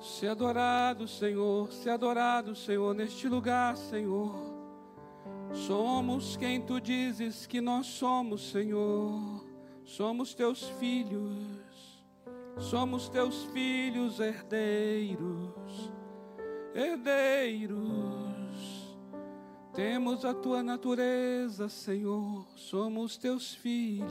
Se adorado, Senhor, neste lugar, Senhor. Somos quem Tu dizes que nós somos, Senhor. Somos Teus filhos. Somos Teus filhos herdeiros. Herdeiros. Temos a Tua natureza, Senhor. Somos Teus filhos.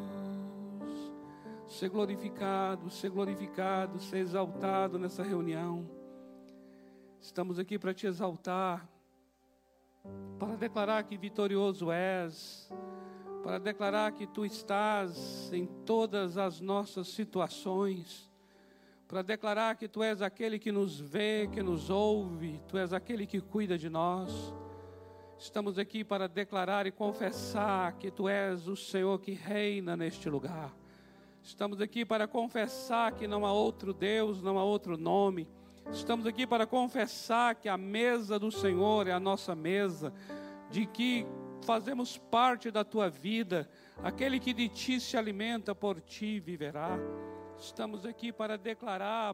Ser glorificado, ser exaltado nessa reunião. Estamos aqui para Te exaltar, para declarar que vitorioso és, para declarar que Tu estás em todas as nossas situações, para declarar que Tu és aquele que nos vê, que nos ouve, Tu és aquele que cuida de nós. Estamos aqui para declarar e confessar que Tu és o Senhor que reina neste lugar. Estamos aqui para confessar que não há outro Deus, não há outro nome. Estamos aqui para confessar que a mesa do Senhor é a nossa mesa, de que fazemos parte da Tua vida. Aquele que de Ti se alimenta, por Ti viverá. Estamos aqui para declarar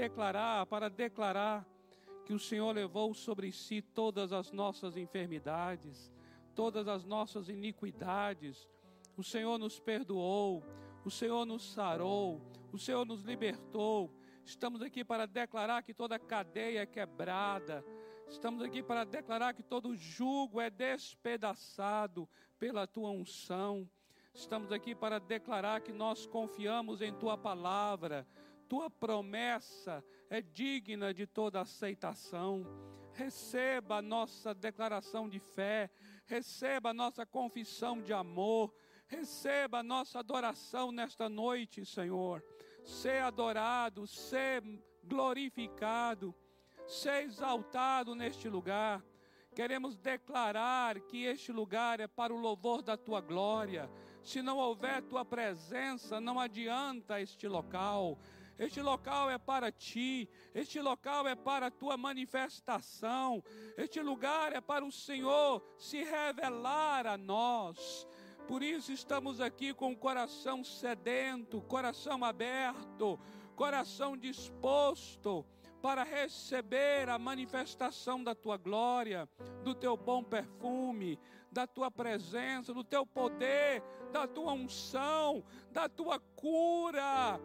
que o Senhor levou sobre si todas as nossas enfermidades, todas as nossas iniquidades. O Senhor nos perdoou, o Senhor nos sarou, o Senhor nos libertou. Estamos aqui para declarar que toda cadeia é quebrada. Estamos aqui para declarar que todo jugo é despedaçado pela Tua unção. Estamos aqui para declarar que nós confiamos em Tua palavra. Tua promessa é digna de toda aceitação. Receba a nossa declaração de fé, receba a nossa confissão de amor, receba a nossa adoração nesta noite, Senhor. Ser adorado, ser glorificado, ser exaltado neste lugar. Queremos declarar que este lugar é para o louvor da Tua glória. Se não houver Tua presença, não adianta este local. Este local é para Ti, este local é para a Tua manifestação, este lugar é para o Senhor se revelar a nós. Por isso estamos aqui com o coração sedento, coração aberto, coração disposto para receber a manifestação da Tua glória, do Teu bom perfume, da Tua presença, do Teu poder, da Tua unção, da Tua cura.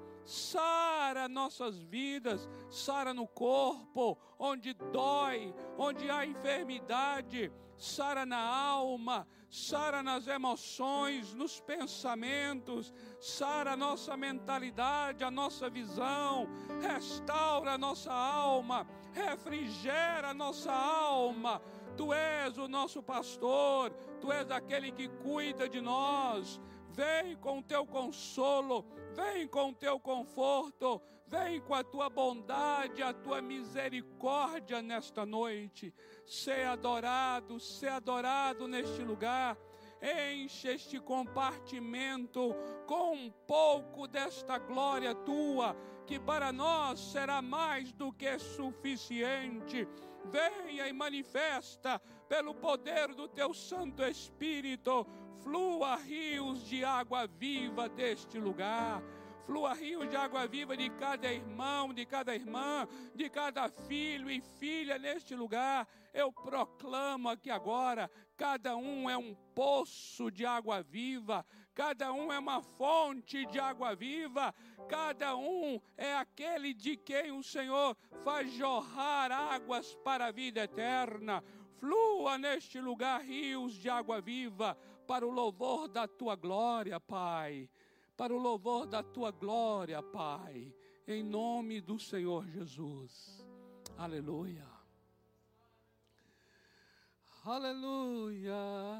Sara nossas vidas, sara no corpo, onde dói, onde há enfermidade, sara na alma, sara nas emoções, nos pensamentos, sara a nossa mentalidade, a nossa visão, restaura a nossa alma, refrigera a nossa alma. Tu és o nosso pastor, Tu és aquele que cuida de nós. Vem com o Teu consolo, vem com o Teu conforto, vem com a Tua bondade, a Tua misericórdia nesta noite. Ser adorado neste lugar. Enche este compartimento com um pouco desta glória Tua, que para nós será mais do que suficiente. Venha e manifesta pelo poder do Teu Santo Espírito. Flua rios de água viva deste lugar. Flua rios de água viva de cada irmão, de cada irmã, de cada filho e filha neste lugar. Eu proclamo aqui agora, cada um é um poço de água viva, cada um é uma fonte de água viva, cada um é aquele de quem o Senhor faz jorrar águas para a vida eterna. Flua neste lugar rios de água viva, para o louvor da Tua glória, Pai. Para o louvor da Tua glória, Pai. Em nome do Senhor Jesus. Aleluia. Aleluia.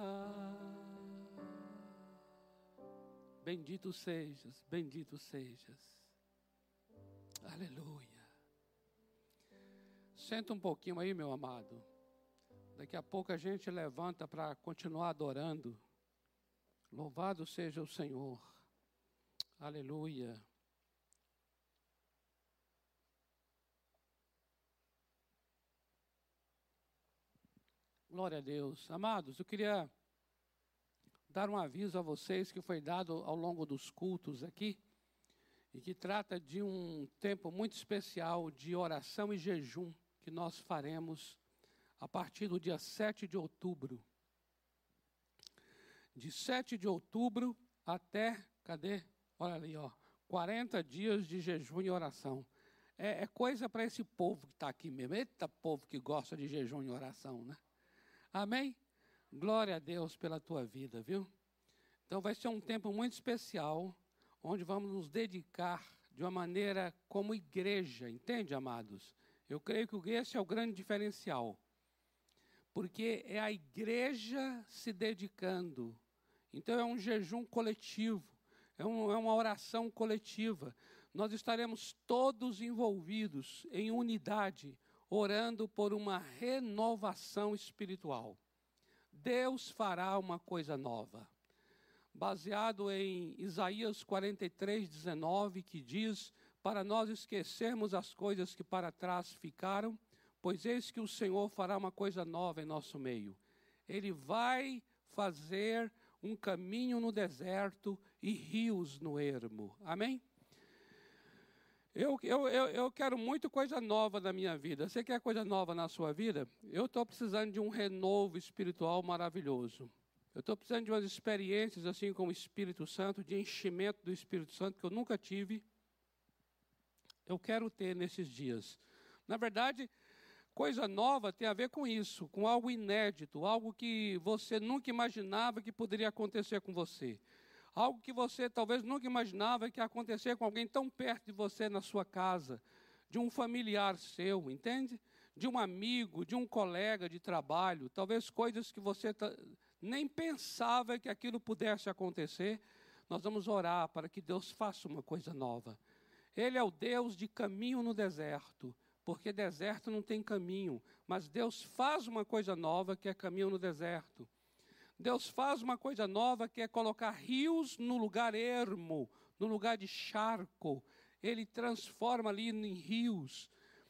Bendito sejas, bendito sejas. Aleluia. Senta um pouquinho aí, meu amado. Daqui a pouco a gente levanta para continuar adorando. Louvado seja o Senhor. Aleluia. Glória a Deus. Amados, eu queria dar um aviso a vocês que foi dado ao longo dos cultos aqui. e que trata de um tempo muito especial de oração e jejum que nós faremos a partir do dia 7 de outubro. De 7 de outubro até, cadê? Olha ali, 40 dias de jejum e oração. É coisa para esse povo que está aqui mesmo. Eita, povo que gosta de jejum e oração, né? Amém? Glória a Deus pela tua vida, viu? Então vai ser um tempo muito especial, onde vamos nos dedicar de uma maneira como igreja, entende, amados? Eu creio que esse é o grande diferencial. Porque é a igreja se dedicando. Então é um jejum coletivo, é uma oração coletiva. Nós estaremos todos envolvidos em unidade, orando por uma renovação espiritual. Deus fará uma coisa nova. Baseado em Isaías 43:19, que diz, para nós esquecermos as coisas que para trás ficaram, pois eis que o Senhor fará uma coisa nova em nosso meio. Ele vai fazer um caminho no deserto e rios no ermo. Amém? Eu quero muito coisa nova na minha vida. Você quer coisa nova na sua vida? Eu estou precisando de um renovo espiritual maravilhoso. Eu estou precisando de umas experiências assim com o Espírito Santo, de enchimento do Espírito Santo, que eu nunca tive. Eu quero ter nesses dias. Na verdade, coisa nova tem a ver com isso, com algo inédito, algo que você nunca imaginava que poderia acontecer com você. Algo que você talvez nunca imaginava que ia acontecer com alguém tão perto de você na sua casa, de um familiar seu, entende? De um amigo, de um colega de trabalho, talvez coisas que você nem pensava que aquilo pudesse acontecer. Nós vamos orar para que Deus faça uma coisa nova. Ele é o Deus de caminho no deserto, porque deserto não tem caminho, mas Deus faz uma coisa nova que é caminho no deserto. Deus faz uma coisa nova que é colocar rios no lugar ermo, no lugar de charco. Ele transforma ali em rios.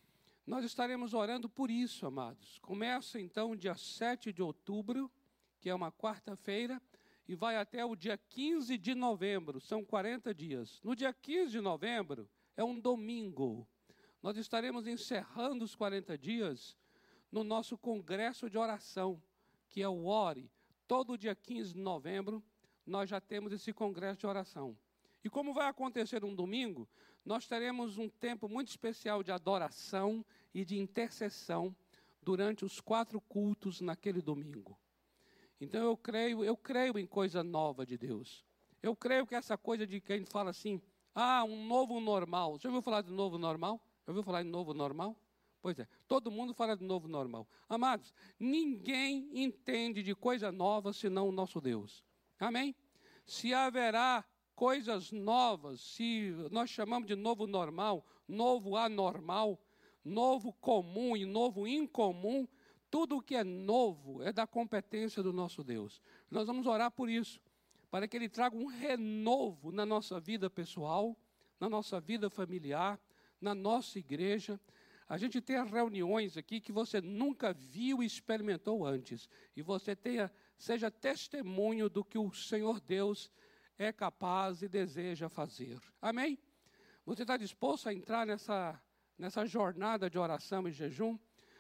Nós estaremos orando por isso, amados. Começa então dia 7 de outubro, que é uma quarta-feira, e vai até o dia 15 de novembro, são 40 dias. No dia 15 de novembro, é um domingo. Nós estaremos encerrando os 40 dias no nosso congresso de oração, que é o ORE. Todo dia 15 de novembro, nós já temos esse congresso de oração. E como vai acontecer um domingo, nós teremos um tempo muito especial de adoração e de intercessão durante os 4 cultos naquele domingo. Então eu creio em coisa nova de Deus. Eu creio que essa coisa de quem fala assim, um novo normal. Já ouviu falar de novo normal? Já ouviu falar de novo normal? Pois é, todo mundo fala de novo normal. Amados, ninguém entende de coisa nova senão o nosso Deus. Amém? Se haverá coisas novas, se nós chamamos de novo normal, novo anormal, novo comum e novo incomum, tudo o que é novo é da competência do nosso Deus. Nós vamos orar por isso, para que Ele traga um renovo na nossa vida pessoal, na nossa vida familiar, na nossa igreja. A gente tem reuniões aqui que você nunca viu e experimentou antes. E você seja testemunho do que o Senhor Deus é capaz e deseja fazer. Amém? Você está disposto a entrar nessa jornada de oração e jejum?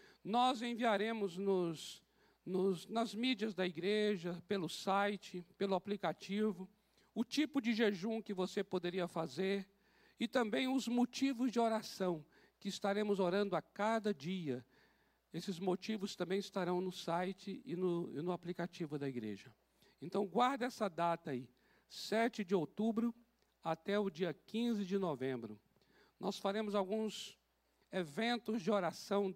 Nós enviaremos nas mídias da igreja, pelo site, pelo aplicativo, o tipo de jejum que você poderia fazer e também os motivos de oração que estaremos orando a cada dia. Esses motivos também estarão no site e no aplicativo da igreja. Então, guarda essa data aí, 7 de outubro até o dia 15 de novembro. Nós faremos alguns eventos de oração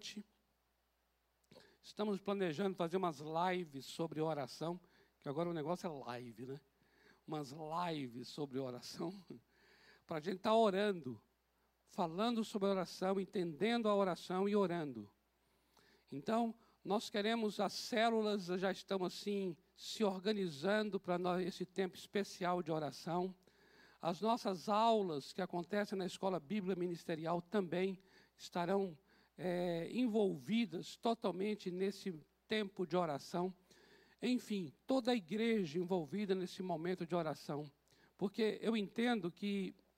Estamos planejando fazer umas lives sobre oração, que agora o negócio é live, né? Umas lives sobre oração, para a gente estar orando, falando sobre a oração, entendendo a oração e orando. Então, nós queremos, as células já estão assim, se organizando para nós esse tempo especial de oração. As nossas aulas que acontecem na Escola Bíblica Ministerial também estarão envolvidas totalmente nesse tempo de oração. Enfim, toda a igreja envolvida nesse momento de oração. Porque eu entendo que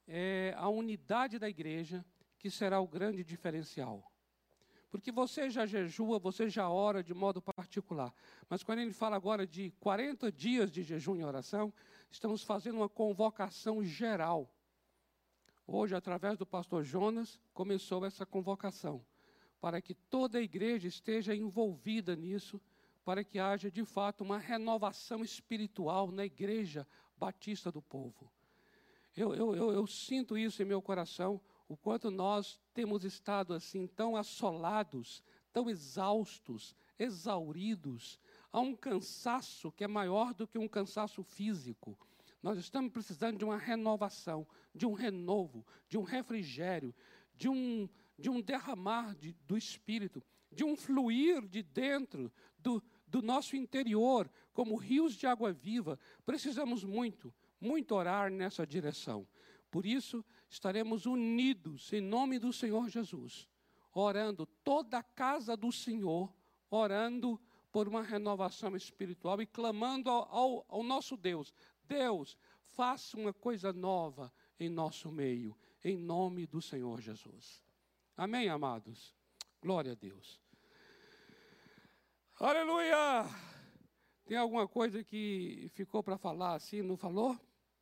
é a unidade da igreja que será o grande diferencial. Porque você já jejua, você já ora de modo particular. Mas quando ele fala agora de 40 dias de jejum e oração, estamos fazendo uma convocação geral. Hoje, através do pastor Jonas, começou essa convocação, para que toda a igreja esteja envolvida nisso, para que haja, de fato, uma renovação espiritual na igreja batista do povo. Eu sinto isso em meu coração, o quanto nós temos estado assim, tão assolados, tão exaustos, exauridos, há um cansaço que é maior do que um cansaço físico. Nós estamos precisando de uma renovação, de um renovo, de um refrigério, de um derramar do Espírito, de um fluir de dentro do nosso interior, como rios de água viva. Precisamos muito orar nessa direção. Por isso, estaremos unidos em nome do Senhor Jesus, orando toda a casa do Senhor, orando por uma renovação espiritual e clamando ao nosso Deus. Deus, faça uma coisa nova em nosso meio, em nome do Senhor Jesus. Amém, amados? Glória a Deus. Aleluia! Tem alguma coisa que ficou para falar assim, não falou?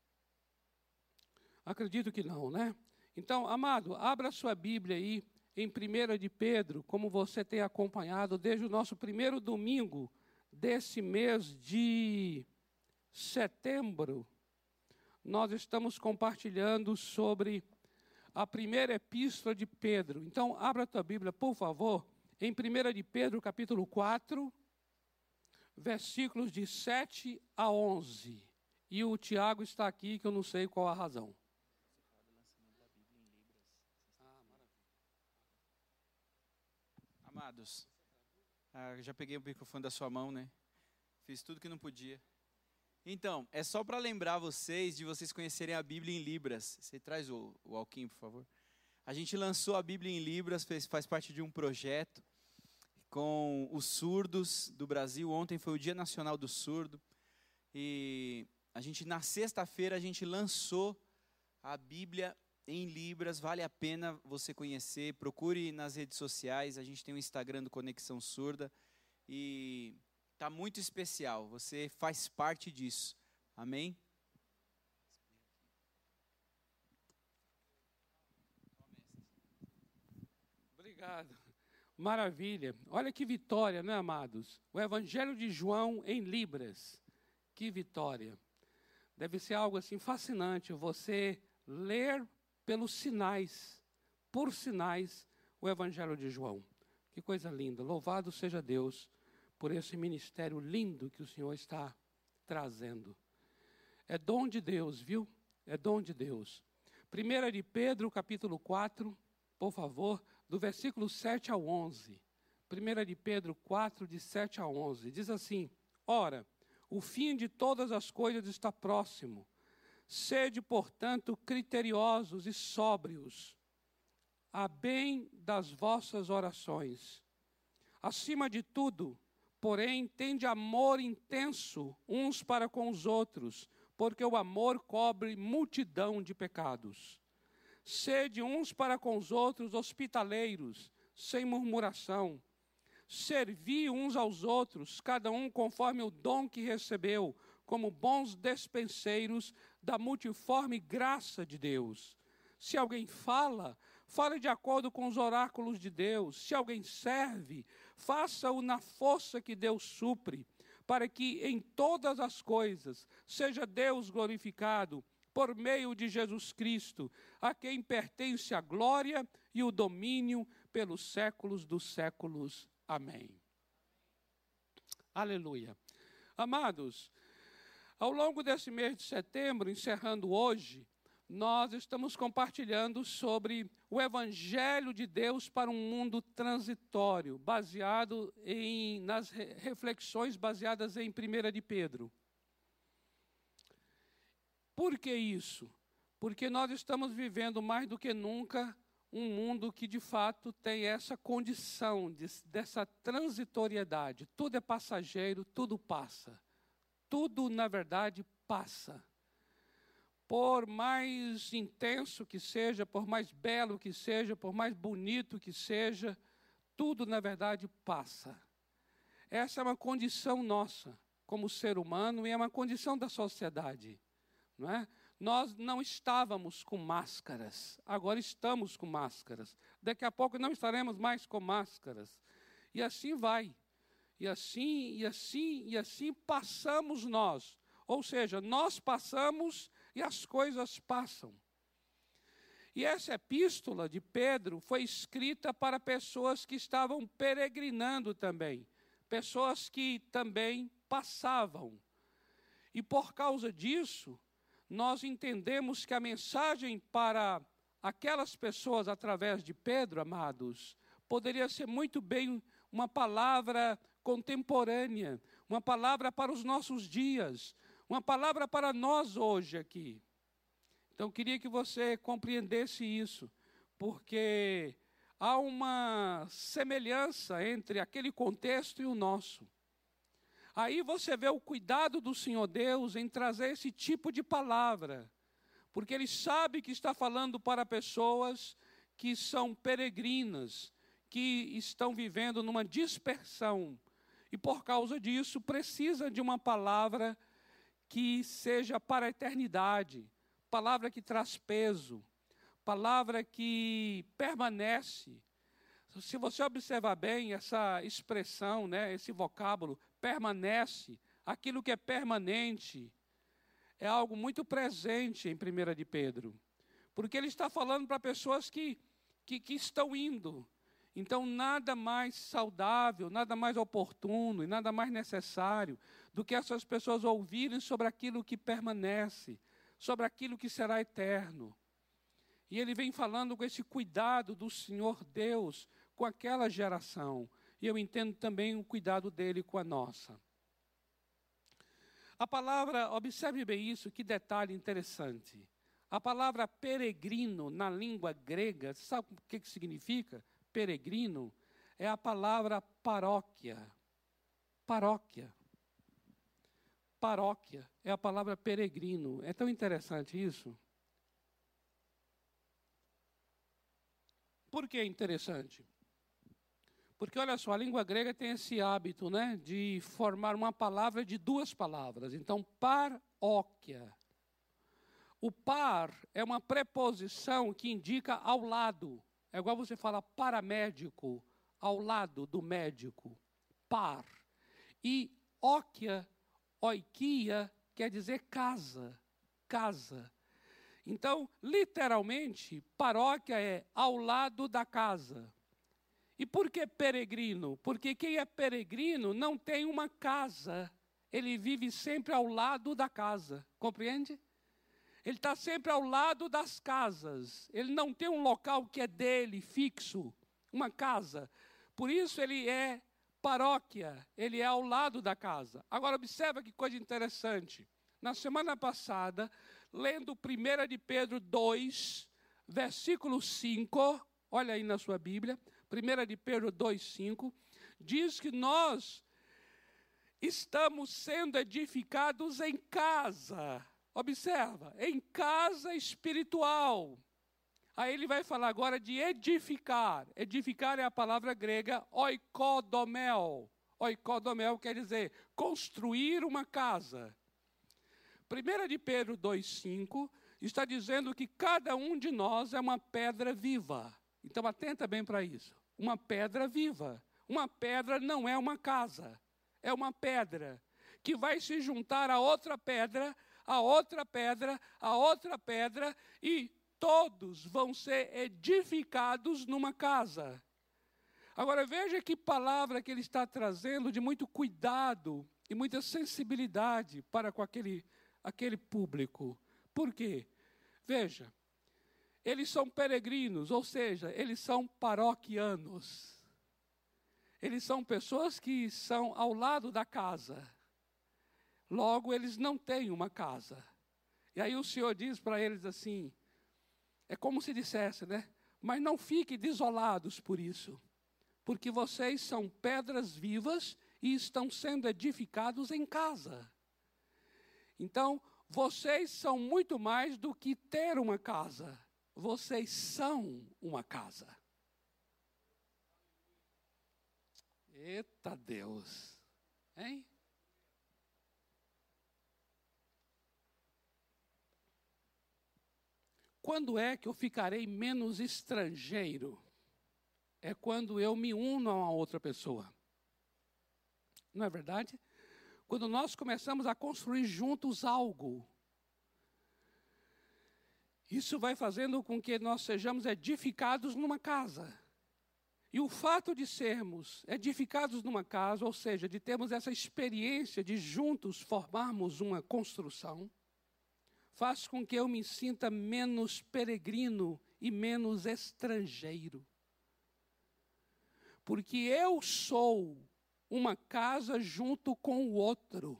Acredito que não, né? Então, amado, abra sua Bíblia aí em 1 de Pedro, como você tem acompanhado desde o nosso primeiro domingo desse mês de setembro. Nós estamos compartilhando sobre a primeira epístola de Pedro. Então, abra a tua Bíblia, por favor, em 1 de Pedro, capítulo 4, versículos de 7 a 11. E o Tiago está aqui, que eu não sei qual a razão. Amados, já peguei o microfone da sua mão, né? Fiz tudo que não podia. Então, é só para lembrar vocês de vocês conhecerem a Bíblia em Libras. Você traz o Alquim, por favor. A gente lançou a Bíblia em Libras, faz parte de um projeto com os surdos do Brasil. Ontem foi o Dia Nacional do Surdo. E na sexta-feira, a gente lançou a Bíblia em Libras. Vale a pena você conhecer. Procure nas redes sociais. A gente tem um Instagram do Conexão Surda. E está muito especial. Você faz parte disso. Amém? Obrigado. Maravilha. Olha que vitória, né, amados? O Evangelho de João em Libras. Que vitória. Deve ser algo assim fascinante você ler pelos sinais, por sinais, o Evangelho de João. Que coisa linda. Louvado seja Deus por esse ministério lindo que o Senhor está trazendo. É dom de Deus, viu? É dom de Deus. 1 de Pedro, capítulo 4, por favor, do versículo 7 ao 11. 1 de Pedro 4, de 7 a 11. Diz assim: Ora, o fim de todas as coisas está próximo. Sede, portanto, criteriosos e sóbrios, a bem das vossas orações. Acima de tudo, porém, tende amor intenso uns para com os outros, porque o amor cobre multidão de pecados. Sede uns para com os outros hospitaleiros, sem murmuração. Servi uns aos outros, cada um conforme o dom que recebeu, como bons despenseiros da multiforme graça de Deus. Se alguém fala, fale de acordo com os oráculos de Deus. Se alguém serve, faça-o na força que Deus supre, para que em todas as coisas seja Deus glorificado por meio de Jesus Cristo, a quem pertence a glória e o domínio pelos séculos dos séculos. Amém. Aleluia. Amados, ao longo desse mês de setembro, encerrando hoje, nós estamos compartilhando sobre o Evangelho de Deus para um mundo transitório, baseado nas reflexões baseadas em 1 de Pedro. Por que isso? Porque nós estamos vivendo mais do que nunca um mundo que de fato tem essa condição, dessa transitoriedade. Tudo é passageiro, tudo passa. Tudo, na verdade, passa. por mais intenso que seja, por mais belo que seja, por mais bonito que seja, tudo, na verdade, passa. Essa é uma condição nossa, como ser humano, e é uma condição da sociedade, não é? Nós não estávamos com máscaras, agora estamos com máscaras. Daqui a pouco não estaremos mais com máscaras. E assim vai. E assim passamos nós. Ou seja, nós passamos e as coisas passam. E essa epístola de Pedro foi escrita para pessoas que estavam peregrinando também. Pessoas que também passavam. E por causa disso, nós entendemos que a mensagem para aquelas pessoas através de Pedro, amados, poderia ser muito bem uma palavra contemporânea, uma palavra para os nossos dias, uma palavra para nós hoje aqui. Então, queria que você compreendesse isso, porque há uma semelhança entre aquele contexto e o nosso. Aí você vê o cuidado do Senhor Deus em trazer esse tipo de palavra, porque Ele sabe que está falando para pessoas que são peregrinas, que estão vivendo numa dispersão, e por causa disso precisa de uma palavra que seja para a eternidade, palavra que traz peso, palavra que permanece. Se você observar bem essa expressão, né, esse vocábulo, permanece, aquilo que é permanente, é algo muito presente em 1 de Pedro. Porque ele está falando para pessoas que estão indo. Então, nada mais saudável, nada mais oportuno e nada mais necessário do que essas pessoas ouvirem sobre aquilo que permanece, sobre aquilo que será eterno. E ele vem falando com esse cuidado do Senhor Deus com aquela geração. E eu entendo também o cuidado dele com a nossa. A palavra, observe bem isso, que detalhe interessante. A palavra peregrino na língua grega, sabe o que significa? Peregrino é a palavra paróquia. Paróquia. Paróquia é a palavra peregrino. É tão interessante isso. Por que é interessante? Porque, olha só, a língua grega tem esse hábito, né, de formar uma palavra de duas palavras. Então, paróquia. O par é uma preposição que indica ao lado. É igual você fala paramédico, ao lado do médico. Par. E óquia, oikia, quer dizer casa. Casa. Então, literalmente, paróquia é ao lado da casa. E por que peregrino? Porque quem é peregrino não tem uma casa. Ele vive sempre ao lado da casa. Compreende? Ele está sempre ao lado das casas. Ele não tem um local que é dele, fixo, uma casa. Por isso ele é paróquia, ele é ao lado da casa. Agora observa que coisa interessante. Na semana passada, lendo 1 de Pedro 2, versículo 5, olha aí na sua Bíblia, 1 de Pedro 2,5, diz que nós estamos sendo edificados em casa. Observa, em casa espiritual. Aí ele vai falar agora de edificar. Edificar é a palavra grega oikodomel. Oikodomel quer dizer construir uma casa. 1 de Pedro 2,5 está dizendo que cada um de nós é uma pedra viva. Então atenta bem para isso. Uma pedra viva. Uma pedra não é uma casa. É uma pedra que vai se juntar a outra pedra, a outra pedra, a outra pedra, e todos vão ser edificados numa casa. Agora veja que palavra que ele está trazendo de muito cuidado e muita sensibilidade para com aquele público. Por quê? Veja, eles são peregrinos, ou seja, eles são paroquianos. Eles são pessoas que são ao lado da casa. Logo, eles não têm uma casa. E aí o Senhor diz para eles assim, é como se dissesse, né? Mas não fiquem desolados por isso, porque vocês são pedras vivas e estão sendo edificados em casa. Então, vocês são muito mais do que ter uma casa. Vocês são uma casa. Eita Deus, hein? Quando é que eu ficarei menos estrangeiro? É quando eu me uno a uma outra pessoa. Não é verdade? Quando nós começamos a construir juntos algo, isso vai fazendo com que nós sejamos edificados numa casa. E o fato de sermos edificados numa casa, ou seja, de termos essa experiência de juntos formarmos uma construção, faz com que eu me sinta menos peregrino e menos estrangeiro. Porque eu sou uma casa junto com o outro.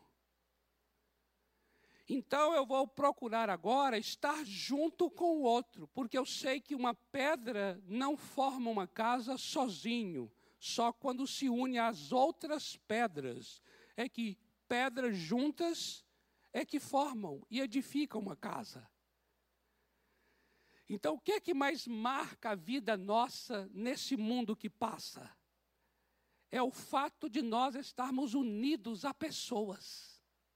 Então eu vou procurar agora estar junto com o outro, porque eu sei que uma pedra não forma uma casa sozinho, só quando se une às outras pedras. É que pedras juntas é que formam e edificam uma casa. Então o que é que mais marca a vida nossa nesse mundo que passa? É o fato de nós estarmos unidos a pessoas.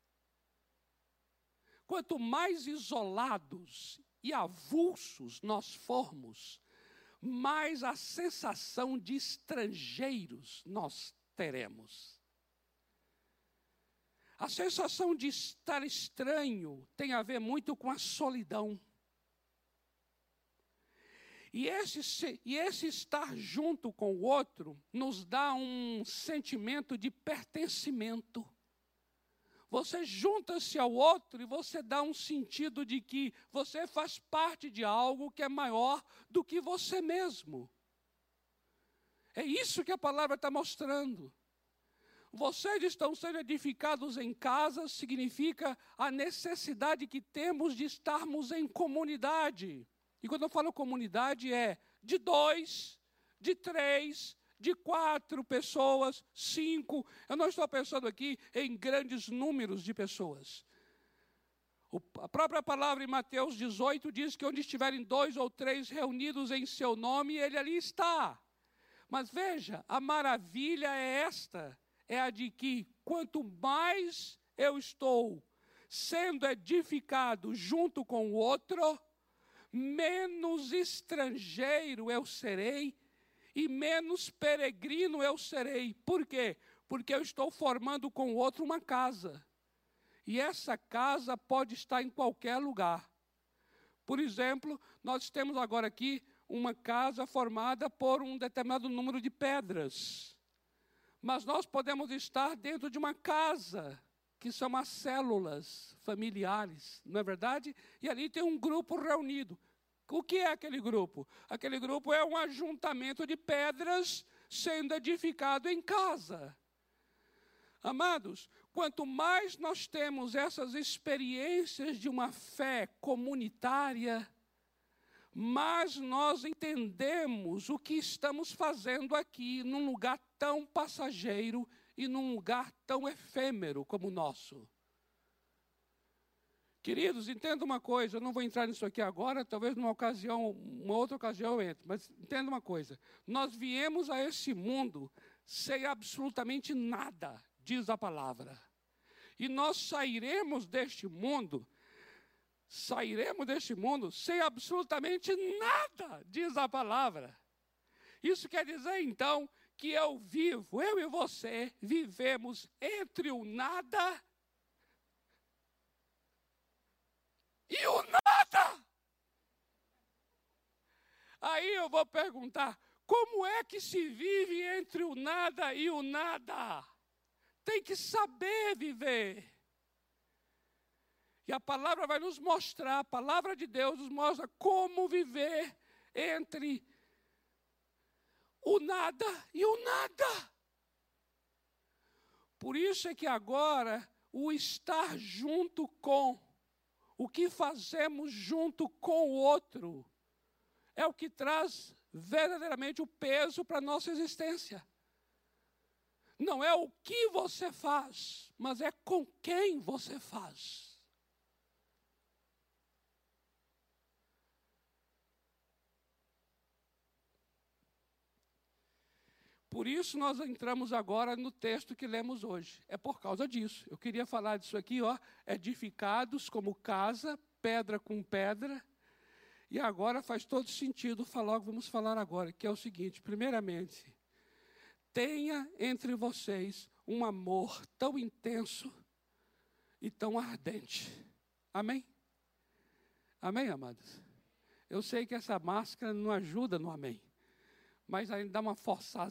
Quanto mais isolados e avulsos nós formos, mais a sensação de estrangeiros nós teremos. A sensação de estar estranho tem a ver muito com a solidão. E esse estar junto com o outro nos dá um sentimento de pertencimento. Você junta-se ao outro e você dá um sentido de que você faz parte de algo que é maior do que você mesmo. É isso que a palavra está mostrando. Vocês estão sendo edificados em casa, significa a necessidade que temos de estarmos em comunidade. E quando eu falo comunidade é de 2, de 3, de 4 pessoas, 5. Eu não estou pensando aqui em grandes números de pessoas. A própria palavra em Mateus 18 diz que onde estiverem 2 ou 3 reunidos em seu nome, ele ali está. Mas veja, a maravilha é esta, é a de que quanto mais eu estou sendo edificado junto com o outro, menos estrangeiro eu serei e menos peregrino eu serei. Por quê? Porque eu estou formando com o outro uma casa. E essa casa pode estar em qualquer lugar. Por exemplo, nós temos agora aqui uma casa formada por um determinado número de pedras. Mas nós podemos estar dentro de uma casa, que são as células familiares, não é verdade? E ali tem um grupo reunido. O que é aquele grupo? Aquele grupo é um ajuntamento de pedras sendo edificado em casa. Amados, quanto mais nós temos essas experiências de uma fé comunitária, mais nós entendemos o que estamos fazendo aqui num lugar tão passageiro e num lugar tão efêmero como o nosso. Queridos, entenda uma coisa, eu não vou entrar nisso aqui agora, talvez uma outra ocasião eu entre, mas entenda uma coisa. Nós viemos a esse mundo sem absolutamente nada, diz a palavra. E nós sairemos deste mundo sem absolutamente nada, diz a palavra. Isso quer dizer, então, que eu e você, vivemos entre o nada e o nada. Aí eu vou perguntar, como é que se vive entre o nada e o nada? Tem que saber viver. E a palavra vai nos mostrar, a palavra de Deus nos mostra como viver entre o nada e o nada. Por isso é que agora o estar junto com, o que fazemos junto com o outro, é o que traz verdadeiramente o peso para a nossa existência. Não é o que você faz, mas é com quem você faz. Por isso nós entramos agora no texto que lemos hoje. É por causa disso. Eu queria falar disso aqui, ó, edificados como casa, pedra com pedra. E agora faz todo sentido falar o que vamos falar agora, que é o seguinte: primeiramente, tenha entre vocês um amor tão intenso e tão ardente. Amém? Amém, amados? Eu sei que essa máscara não ajuda no amém, mas ainda dá uma forçada.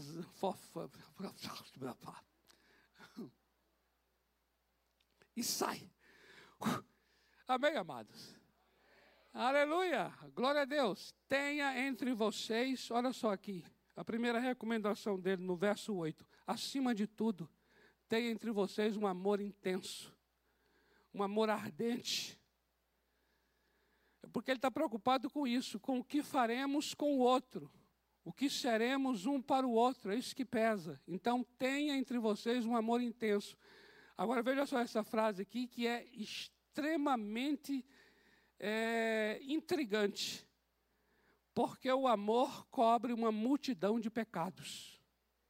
E sai. Amém, amados? Aleluia, glória a Deus. Tenha entre vocês, olha só aqui, a primeira recomendação dele no verso 8. Acima de tudo, tenha entre vocês um amor intenso, um amor ardente. Porque ele está preocupado com isso, com o que faremos com o outro, o que seremos um para o outro, é isso que pesa. Então, tenha entre vocês um amor intenso. Agora, veja só essa frase aqui, que é extremamente intrigante. Porque o amor cobre uma multidão de pecados.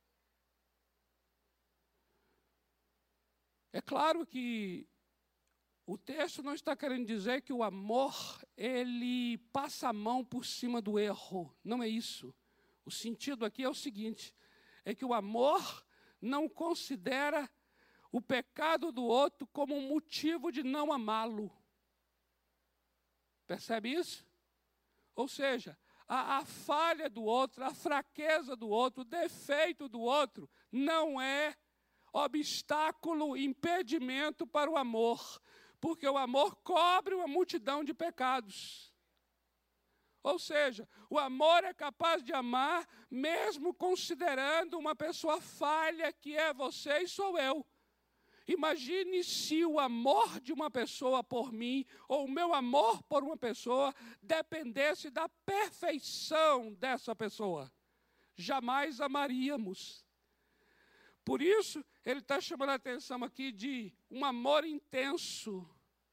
É claro que o texto não está querendo dizer que o amor, ele passa a mão por cima do erro. Não é isso. O sentido aqui é o seguinte, é que o amor não considera o pecado do outro como um motivo de não amá-lo. Percebe isso? Ou seja, a falha do outro, a fraqueza do outro, o defeito do outro, não é obstáculo, impedimento para o amor. Porque o amor cobre uma multidão de pecados. Ou seja, o amor é capaz de amar, mesmo considerando uma pessoa falha, que é você e sou eu. Imagine se o amor de uma pessoa por mim, ou o meu amor por uma pessoa, dependesse da perfeição dessa pessoa. Jamais amaríamos. Por isso, ele está chamando a atenção aqui de um amor intenso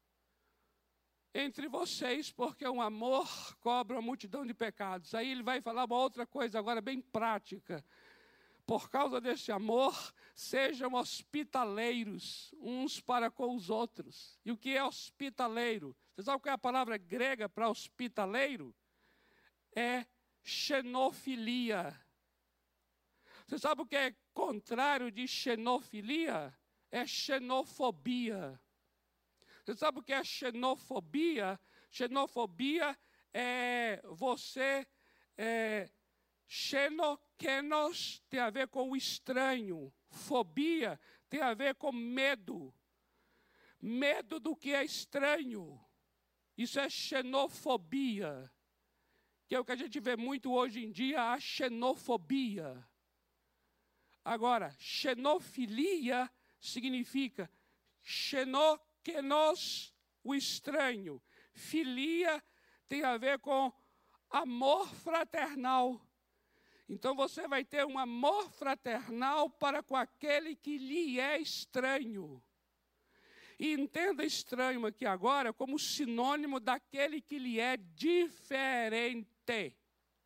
entre vocês, porque um amor cobre uma multidão de pecados. Aí ele vai falar uma outra coisa agora bem prática. Por causa desse amor, sejam hospitaleiros uns para com os outros. E o que é hospitaleiro? Você sabe qual é a palavra grega para hospitaleiro? É xenofilia. Você sabe o que é contrário de xenofilia? É xenofobia. Você sabe o que é xenofobia? Xenofobia é você... Xenokenos tem a ver com o estranho. Fobia tem a ver com medo. Medo do que é estranho. Isso é xenofobia. Que é o que a gente vê muito hoje em dia, a xenofobia. Agora, xenofilia significa xenokenos, o estranho. Filia tem a ver com amor fraternal. Então você vai ter um amor fraternal para com aquele que lhe é estranho. E entenda estranho aqui agora como sinônimo daquele que lhe é diferente.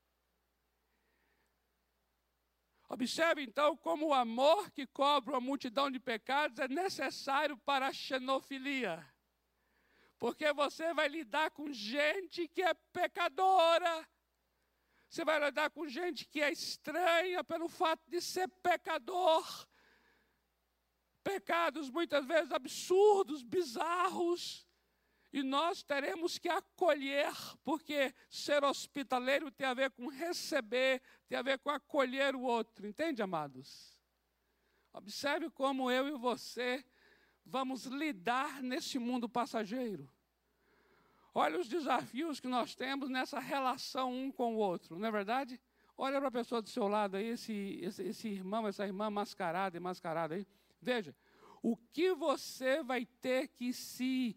Observe então como o amor que cobre uma multidão de pecados é necessário para a xenofilia. Porque você vai lidar com gente que é pecadora. Você vai lidar com gente que é estranha pelo fato de ser pecador. Pecados muitas vezes absurdos, bizarros. E nós teremos que acolher, porque ser hospitaleiro tem a ver com receber, tem a ver com acolher o outro. Entende, amados? Observe como eu e você vamos lidar nesse mundo passageiro. Olha os desafios que nós temos nessa relação um com o outro, não é verdade? Olha para a pessoa do seu lado aí, esse irmão, essa irmã mascarada e mascarada aí. Veja, o que você vai ter que se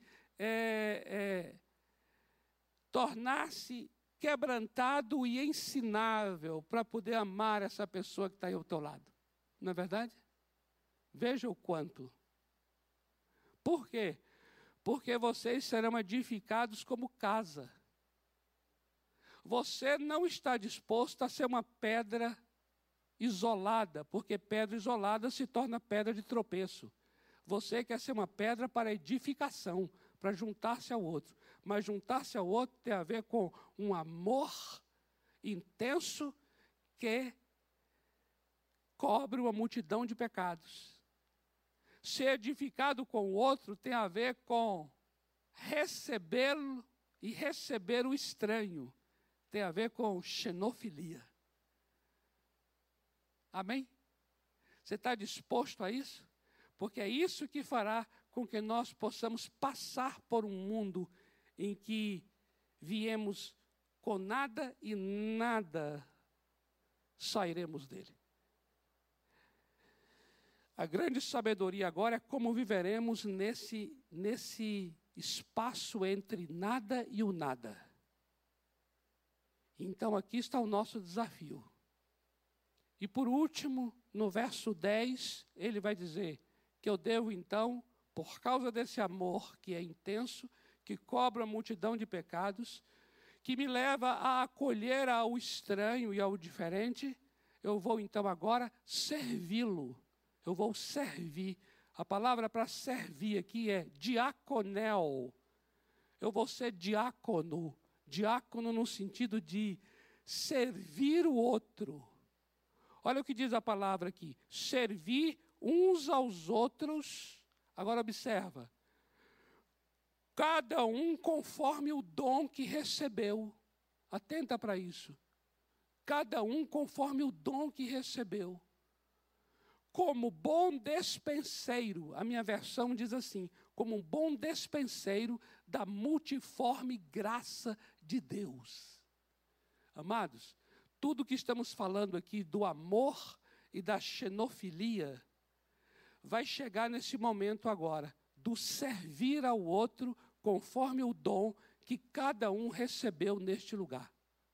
tornar-se quebrantado e ensinável para poder amar essa pessoa que está aí ao teu lado. Não é verdade? Veja o quanto. Por quê? Porque vocês serão edificados como casa. Você não está disposto a ser uma pedra isolada, porque pedra isolada se torna pedra de tropeço. Você quer ser uma pedra para edificação, para juntar-se ao outro. Mas juntar-se ao outro tem a ver com um amor intenso que cobre uma multidão de pecados. Ser edificado com o outro tem a ver com recebê-lo e receber o estranho. Tem a ver com xenofilia. Amém? Você está disposto a isso? Porque é isso que fará com que nós possamos passar por um mundo em que viemos com nada e nada sairemos dele. A grande sabedoria agora é como viveremos nesse espaço entre nada e o nada. Então aqui está o nosso desafio. E por último, no verso 10, ele vai dizer que eu devo então, por causa desse amor que é intenso, que cobre a multidão de pecados, que me leva a acolher ao estranho e ao diferente, eu vou então agora servi-lo. Eu vou servir. A palavra para servir aqui é diaconel. Eu vou ser diácono. Diácono no sentido de servir o outro. Olha o que diz a palavra aqui. Servir uns aos outros. Agora observa. Cada um conforme o dom que recebeu. Atenta para isso. Cada um conforme o dom que recebeu. Como bom despenseiro, a minha versão diz assim, como um bom despenseiro da multiforme graça de Deus. Amados, tudo que estamos falando aqui do amor e da xenofilia, vai chegar nesse momento agora, do servir ao outro conforme o dom que cada um recebeu neste lugar.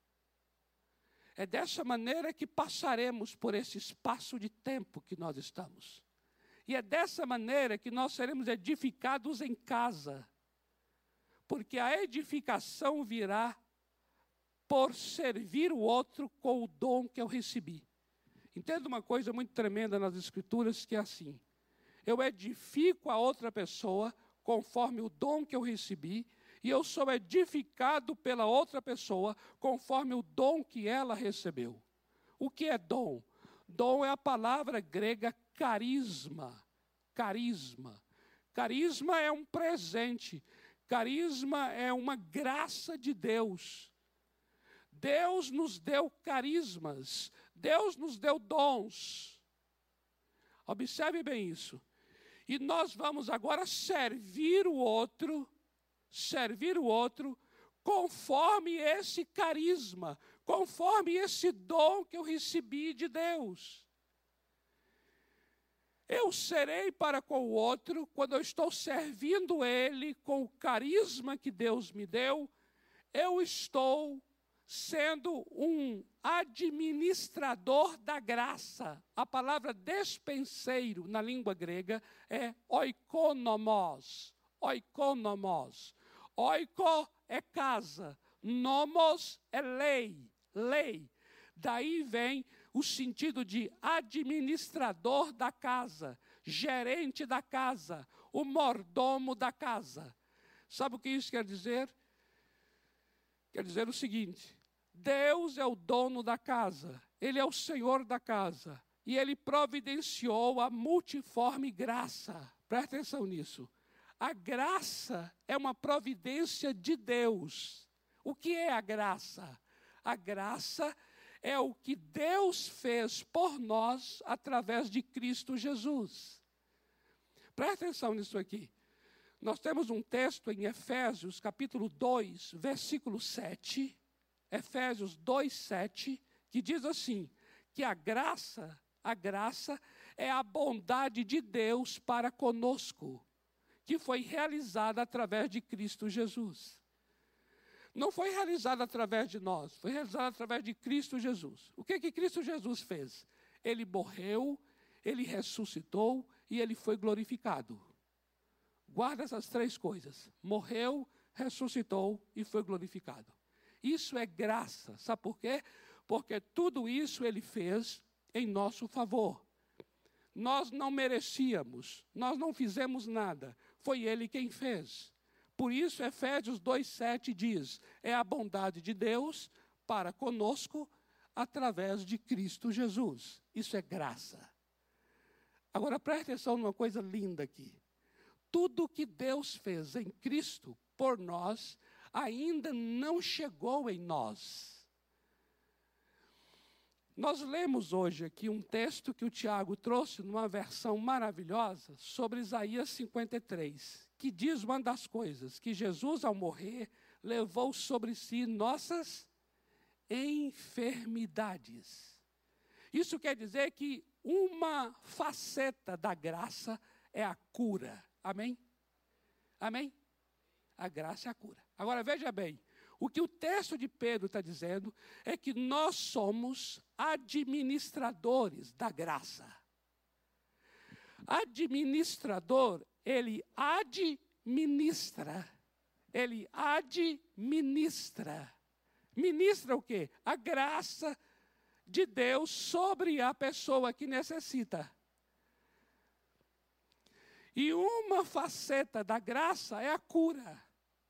É dessa maneira que passaremos por esse espaço de tempo que nós estamos. E é dessa maneira que nós seremos edificados em casa. Porque a edificação virá por servir o outro com o dom que eu recebi. Entenda uma coisa muito tremenda nas Escrituras, que é assim. Eu edifico a outra pessoa conforme o dom que eu recebi, e eu sou edificado pela outra pessoa conforme o dom que ela recebeu. O que é dom? Dom é a palavra grega carisma. Carisma. Carisma é um presente. Carisma é uma graça de Deus. Deus nos deu carismas. Deus nos deu dons. Observe bem isso. E nós vamos agora servir o outro conforme esse carisma, conforme esse dom que eu recebi de Deus. Eu serei para com o outro, quando eu estou servindo ele com o carisma que Deus me deu, eu estou sendo um administrador da graça. A palavra despenseiro na língua grega é oikonomos. Oikonomos. Oiko é casa, nomos é lei, lei. Daí vem o sentido de administrador da casa, gerente da casa, o mordomo da casa. Sabe o que isso quer dizer? Quer dizer o seguinte: Deus é o dono da casa, Ele é o Senhor da casa, e Ele providenciou a multiforme graça. Presta atenção nisso. A graça é uma providência de Deus. O que é a graça? A graça é o que Deus fez por nós através de Cristo Jesus. Presta atenção nisso aqui. Nós temos um texto em Efésios, capítulo 2, versículo 7. Efésios 2, 7, que diz assim, que a graça é a bondade de Deus para conosco, que foi realizada através de Cristo Jesus. Não foi realizada através de nós, foi realizada através de Cristo Jesus. O que Cristo Jesus fez? Ele morreu, Ele ressuscitou e Ele foi glorificado. Guarda essas três coisas. Morreu, ressuscitou e foi glorificado. Isso é graça. Sabe por quê? Porque tudo isso Ele fez em nosso favor. Nós não merecíamos, nós não fizemos nada, foi Ele quem fez. Por isso, Efésios 2,7 diz, é a bondade de Deus para conosco através de Cristo Jesus. Isso é graça. Agora, preste atenção numa coisa linda aqui. Tudo que Deus fez em Cristo por nós, ainda não chegou em nós. Nós lemos hoje aqui um texto que o Tiago trouxe numa versão maravilhosa sobre Isaías 53, que diz uma das coisas, que Jesus ao morrer levou sobre si nossas enfermidades. Isso quer dizer que uma faceta da graça é a cura. Amém? Amém? A graça é a cura. Agora veja bem, o que o texto de Pedro está dizendo é que nós somos administradores da graça. Administrador, ele administra. Ele administra. Ministra o quê? A graça de Deus sobre a pessoa que necessita. E uma faceta da graça é a cura.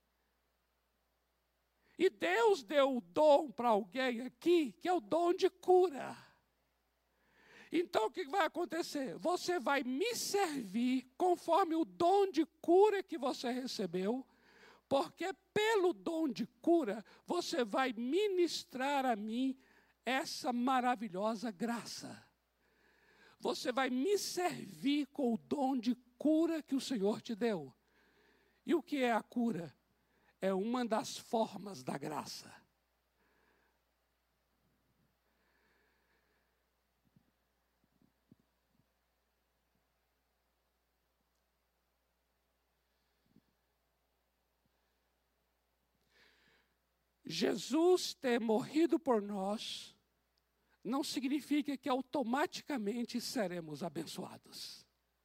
E Deus deu o dom para alguém aqui, que é o dom de cura. Então, o que vai acontecer? Você vai me servir conforme o dom de cura que você recebeu, porque pelo dom de cura, você vai ministrar a mim essa maravilhosa graça. Você vai me servir com o dom de cura que o Senhor te deu. E o que é a cura? É uma das formas da graça. Jesus ter morrido por nós não significa que automaticamente seremos abençoados.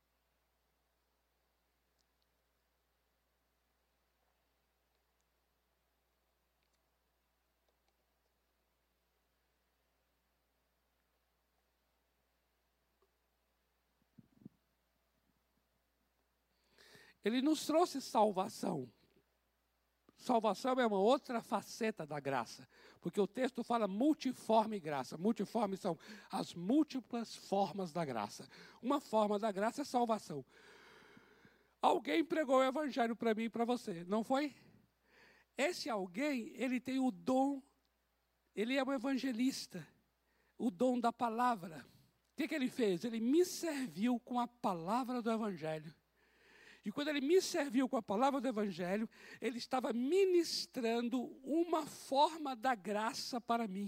Ele nos trouxe salvação. Salvação é uma outra faceta da graça, porque o texto fala multiforme graça. Multiforme são as múltiplas formas da graça. Uma forma da graça é salvação. Alguém pregou o evangelho para mim e para você, não foi? Esse alguém, ele tem o dom, ele é um evangelista, o dom da palavra. O que ele fez? Ele me serviu com a palavra do evangelho. E quando ele me serviu com a palavra do evangelho, ele estava ministrando uma forma da graça para mim.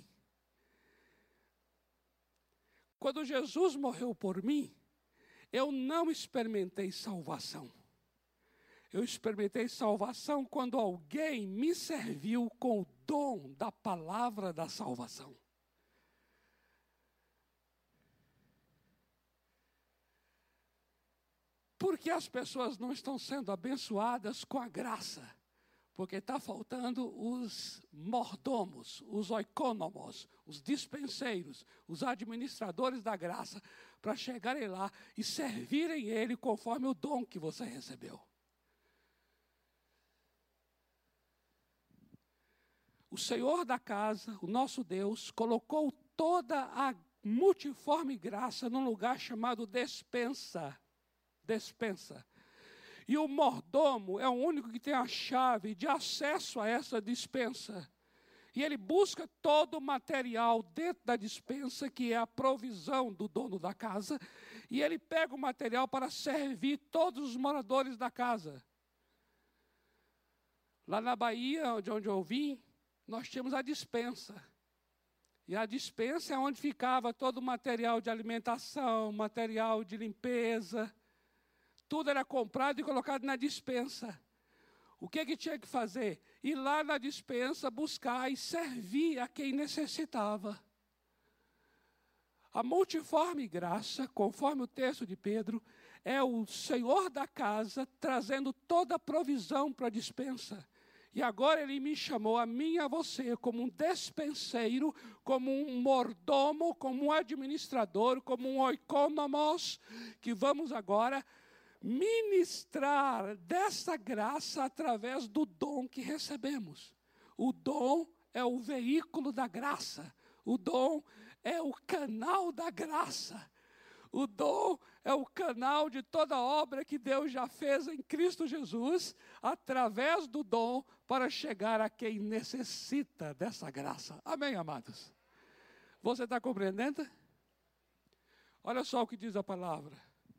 Quando Jesus morreu por mim, eu não experimentei salvação. Eu experimentei salvação quando alguém me serviu com o dom da palavra da salvação. Por que as pessoas não estão sendo abençoadas com a graça? Porque está faltando os mordomos, os oikônomos, os dispenseiros, os administradores da graça, para chegarem lá e servirem Ele conforme o dom que você recebeu. O Senhor da casa, o nosso Deus, colocou toda a multiforme graça num lugar chamado despensa. Despensa. E o mordomo é o único que tem a chave de acesso a essa despensa. E ele busca todo o material dentro da despensa, que é a provisão do dono da casa, e ele pega o material para servir todos os moradores da casa. Lá na Bahia, de onde eu vim, nós tínhamos a despensa. E a despensa é onde ficava todo o material de alimentação, material de limpeza. Tudo era comprado e colocado na despensa. O que tinha que fazer? Ir lá na despensa, buscar e servir a quem necessitava. A multiforme graça, conforme o texto de Pedro, é o Senhor da casa trazendo toda a provisão para a despensa. E agora ele me chamou, a mim e a você, como um despenseiro, como um mordomo, como um administrador, como um oikonomos, que vamos agora ministrar dessa graça através do dom que recebemos. O dom é o veículo da graça. O dom é o canal da graça. O dom é o canal de toda obra que Deus já fez em Cristo Jesus, através do dom, para chegar a quem necessita dessa graça. Amém, amados? Você está compreendendo? Olha só o que diz a palavra.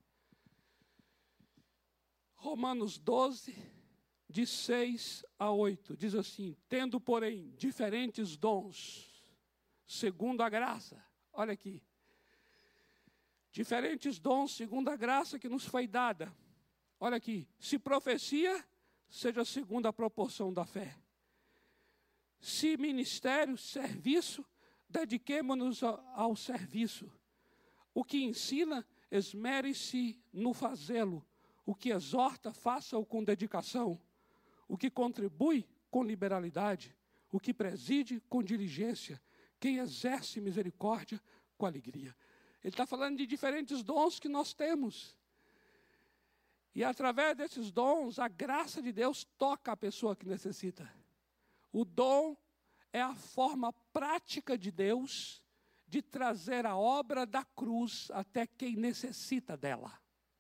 Romanos 12, de 6 a 8, diz assim: tendo, porém, diferentes dons, segundo a graça. Olha aqui. Diferentes dons segundo a graça que nos foi dada. Olha aqui. Se profecia, seja segundo a proporção da fé. Se ministério, serviço, dediquemo-nos ao serviço. O que ensina, esmere-se no fazê-lo. O que exorta, faça-o com dedicação. O que contribui, com liberalidade. O que preside, com diligência. Quem exerce misericórdia, com alegria. Ele está falando de diferentes dons que nós temos. E através desses dons, a graça de Deus toca a pessoa que necessita. O dom é a forma prática de Deus de trazer a obra da cruz até quem necessita dela.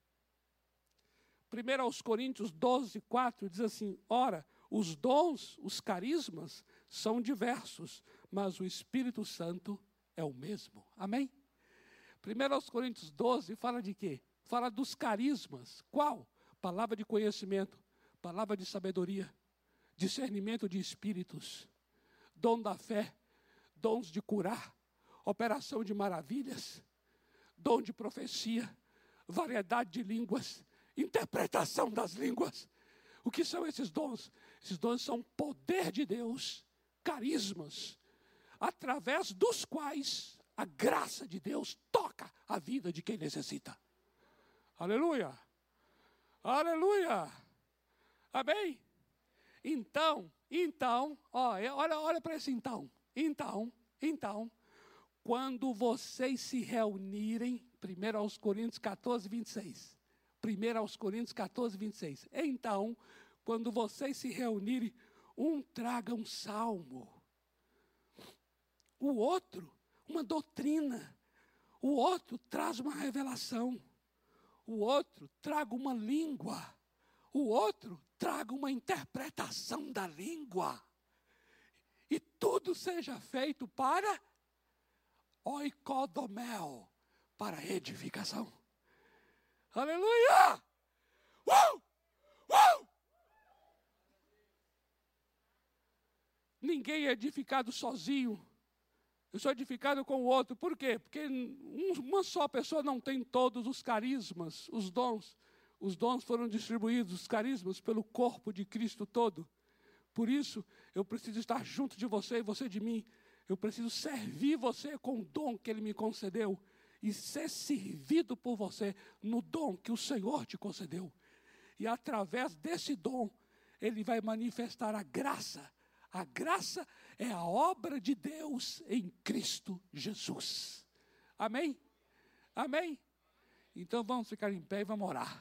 1 Coríntios 12, 4 diz assim: ora, os dons, os carismas, são diversos, mas o Espírito Santo é o mesmo. Amém? 1 Coríntios 12 fala de quê? Fala dos carismas. Qual? Palavra de conhecimento, palavra de sabedoria, discernimento de espíritos, dom da fé, dons de curar, operação de maravilhas, dom de profecia, variedade de línguas, interpretação das línguas. O que são esses dons? Esses dons são poder de Deus, carismas, através dos quais a graça de Deus toca a vida de quem necessita. Aleluia! Aleluia! Amém? Então, olha para esse então. Então, quando vocês se reunirem, 1 Coríntios 14, 26. 1 Coríntios 14, 26. Então, quando vocês se reunirem, um traga um salmo, o outro uma doutrina, o outro traz uma revelação, o outro traga uma língua, o outro traga uma interpretação da língua. E tudo seja feito para oikodomel, para edificação. Aleluia! Ninguém é edificado sozinho. Eu sou edificado com o outro. Por quê? Porque uma só pessoa não tem todos os carismas, os dons. Os dons foram distribuídos, os carismas, pelo corpo de Cristo todo. Por isso, eu preciso estar junto de você e você de mim. Eu preciso servir você com o dom que Ele me concedeu. E ser servido por você no dom que o Senhor te concedeu. E através desse dom, Ele vai manifestar a graça. A graça é a obra de Deus em Cristo Jesus. Amém? Amém? Então vamos ficar em pé e vamos orar.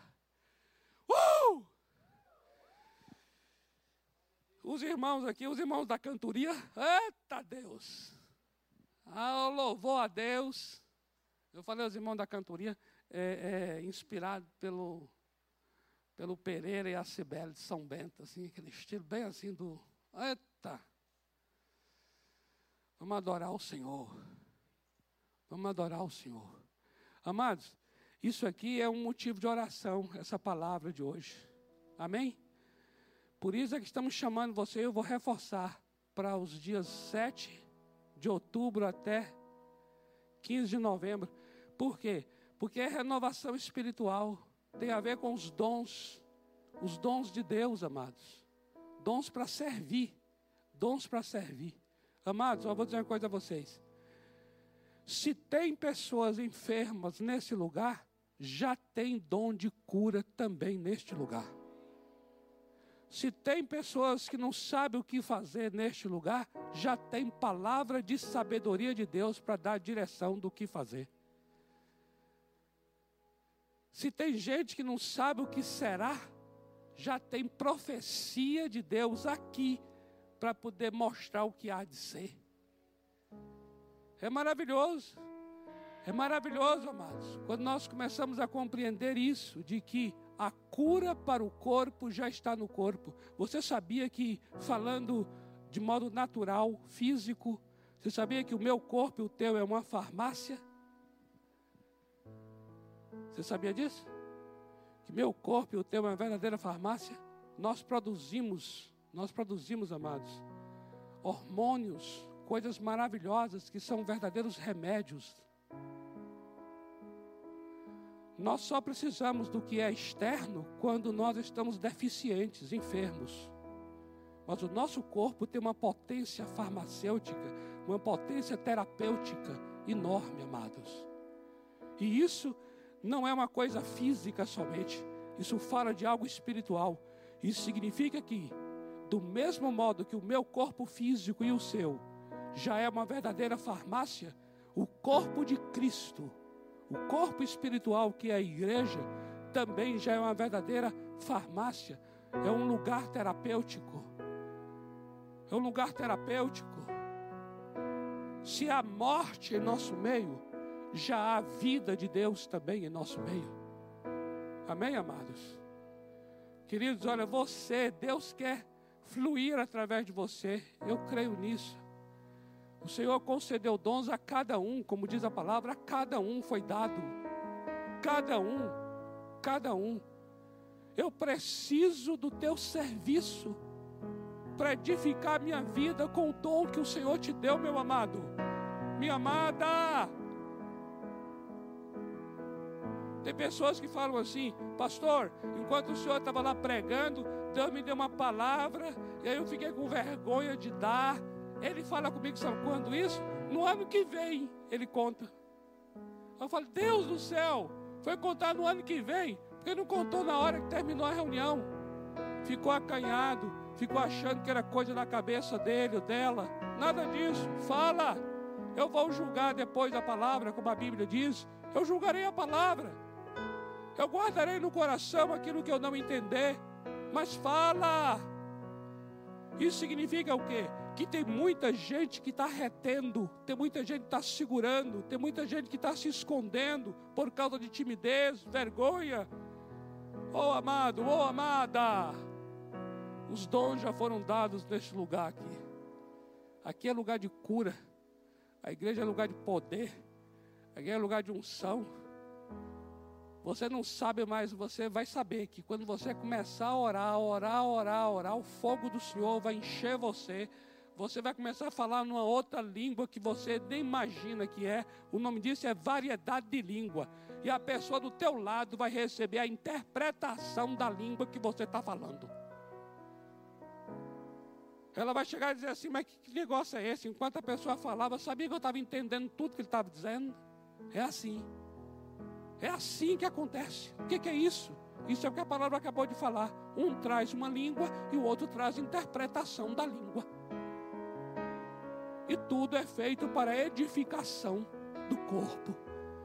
Os irmãos aqui, os irmãos da cantoria, eita Deus! Louvor a Deus. Eu falei aos irmãos da cantoria, inspirado pelo Pereira e a Cibele de São Bento, assim, aquele estilo bem assim do... Eita! Vamos adorar o Senhor. Vamos adorar o Senhor. Amados, isso aqui é um motivo de oração, essa palavra de hoje. Amém? Por isso é que estamos chamando você, eu vou reforçar, para os dias 7 de outubro até 15 de novembro. Por quê? Porque é renovação espiritual. Tem a ver com os dons de Deus, amados. Dons para servir. Dons para servir. Amados, eu vou dizer uma coisa a vocês. Se tem pessoas enfermas nesse lugar, já tem dom de cura também neste lugar. Se tem pessoas que não sabem o que fazer neste lugar, já tem palavra de sabedoria de Deus para dar direção do que fazer. Se tem gente que não sabe o que será, já tem profecia de Deus aqui para poder mostrar o que há de ser. É maravilhoso, amados, quando nós começamos a compreender isso, de que a cura para o corpo já está no corpo. Você sabia que, falando de modo natural, físico, você sabia que o meu corpo e o teu é uma farmácia? Você sabia disso? Que meu corpo e o teu é uma verdadeira farmácia? Nós produzimos, amados, hormônios, coisas maravilhosas que são verdadeiros remédios. Nós só precisamos do que é externo quando nós estamos deficientes, enfermos. Mas o nosso corpo tem uma potência farmacêutica, uma potência terapêutica enorme, amados. E isso não é uma coisa física somente. Isso fala de algo espiritual. Isso significa que, do mesmo modo que o meu corpo físico e o seu já é uma verdadeira farmácia, o corpo de Cristo, o corpo espiritual que é a igreja, também já é uma verdadeira farmácia. É um lugar terapêutico. É um lugar terapêutico. Se há morte em nosso meio, já há vida de Deus também em nosso meio. Amém, amados? Queridos, olha, Deus quer fluir através de você. Eu creio nisso. O Senhor concedeu dons a cada um, como diz a palavra, a cada um foi dado. Cada um. Eu preciso do teu serviço para edificar minha vida com o dom que o Senhor te deu, meu amado. Minha amada. Tem pessoas que falam assim: pastor, enquanto o senhor estava lá pregando, Deus me deu uma palavra, e aí eu fiquei com vergonha de dar. Ele fala comigo, sabe quando isso? No ano que vem, ele conta. Eu falo, Deus do céu, foi contar no ano que vem, porque não contou na hora que terminou a reunião. Ficou acanhado, ficou achando que era coisa da cabeça dele ou dela. Nada disso, fala. Eu vou julgar depois da palavra, como a Bíblia diz. Eu julgarei a palavra. Eu guardarei no coração aquilo que eu não entender. Mas fala. Isso significa o quê? Que tem muita gente que está retendo, tem muita gente que está segurando, tem muita gente que está se escondendo por causa de timidez, vergonha. Oh amado, oh amada, os dons já foram dados neste lugar aqui. Aqui é lugar de cura, a igreja é lugar de poder, a igreja é lugar de unção. Você não sabe mais, você vai saber que quando você começar a orar, o fogo do Senhor vai encher você. Você vai começar a falar numa outra língua que você nem imagina que é. O nome disso é variedade de língua. E a pessoa do teu lado vai receber a interpretação da língua que você está falando. Ela vai chegar e dizer assim, mas que negócio é esse? Enquanto a pessoa falava, sabia que eu estava entendendo tudo que ele estava dizendo? É assim. É assim que acontece. O que é isso? Isso é o que a palavra acabou de falar. Um traz uma língua e o outro traz interpretação da língua. E tudo é feito para a edificação do corpo.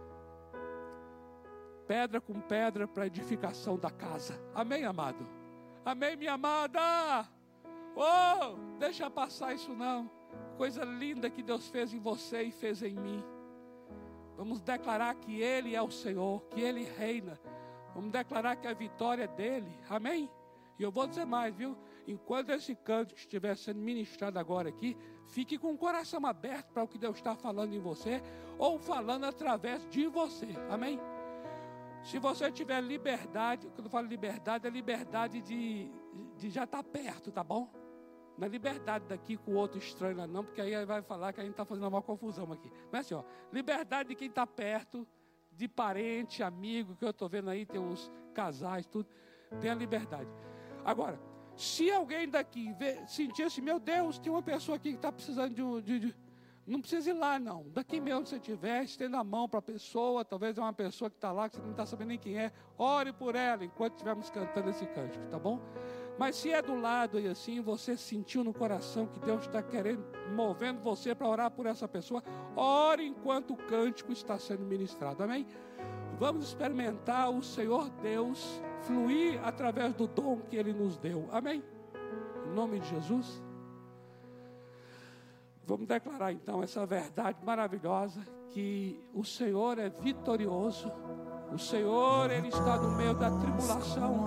Pedra com pedra para a edificação da casa. Amém, amado? Amém, minha amada? Oh, deixa passar isso não. Coisa linda que Deus fez em você e fez em mim. Vamos declarar que Ele é o Senhor, que Ele reina. Vamos declarar que a vitória é dEle. Amém? E eu vou dizer mais, viu? Enquanto esse canto estiver sendo ministrado agora aqui, fique com o coração aberto para o que Deus está falando em você, ou falando através de você, amém? Se você tiver liberdade, quando eu falo liberdade, é liberdade de já estar perto, tá bom? Não é liberdade daqui com o outro estranho lá não, porque aí vai falar que a gente está fazendo uma confusão aqui. Mas assim, ó, liberdade de quem está perto, de parente, amigo, que eu estou vendo aí, tem uns casais, tudo, tem a liberdade. Agora, se alguém daqui sentir assim, meu Deus, tem uma pessoa aqui que está precisando não precisa ir lá não, daqui mesmo se você estiver, estenda a mão para a pessoa, talvez é uma pessoa que está lá, que você não está sabendo nem quem é, ore por ela, enquanto estivermos cantando esse cântico, tá bom? Mas se é do lado e assim, você sentiu no coração que Deus está querendo, movendo você para orar por essa pessoa, ore enquanto o cântico está sendo ministrado, amém? Vamos experimentar o Senhor Deus fluir através do dom que Ele nos deu, amém? Em nome de Jesus. Vamos declarar então essa verdade maravilhosa, que o Senhor é vitorioso, o Senhor, Ele está no meio da tribulação.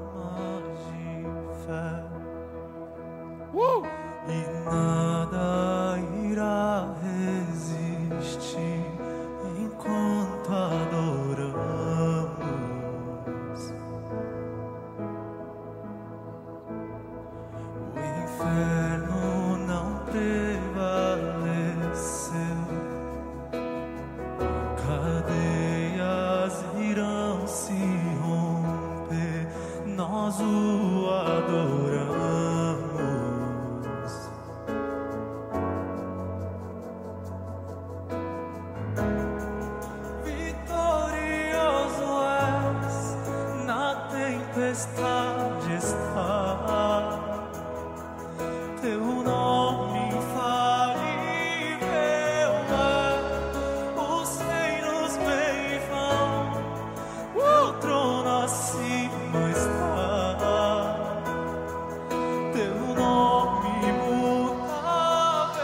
E nada irá resistir enquanto adoramos. O inferno não prevaleceu, cadeias irão se romper, nós o adoramos. Tempestade está, teu nome infalível é, os reinos vêm e vão, teu trono acima está, teu nome imutável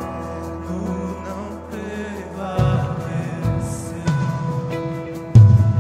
é, tu não prevaleceu.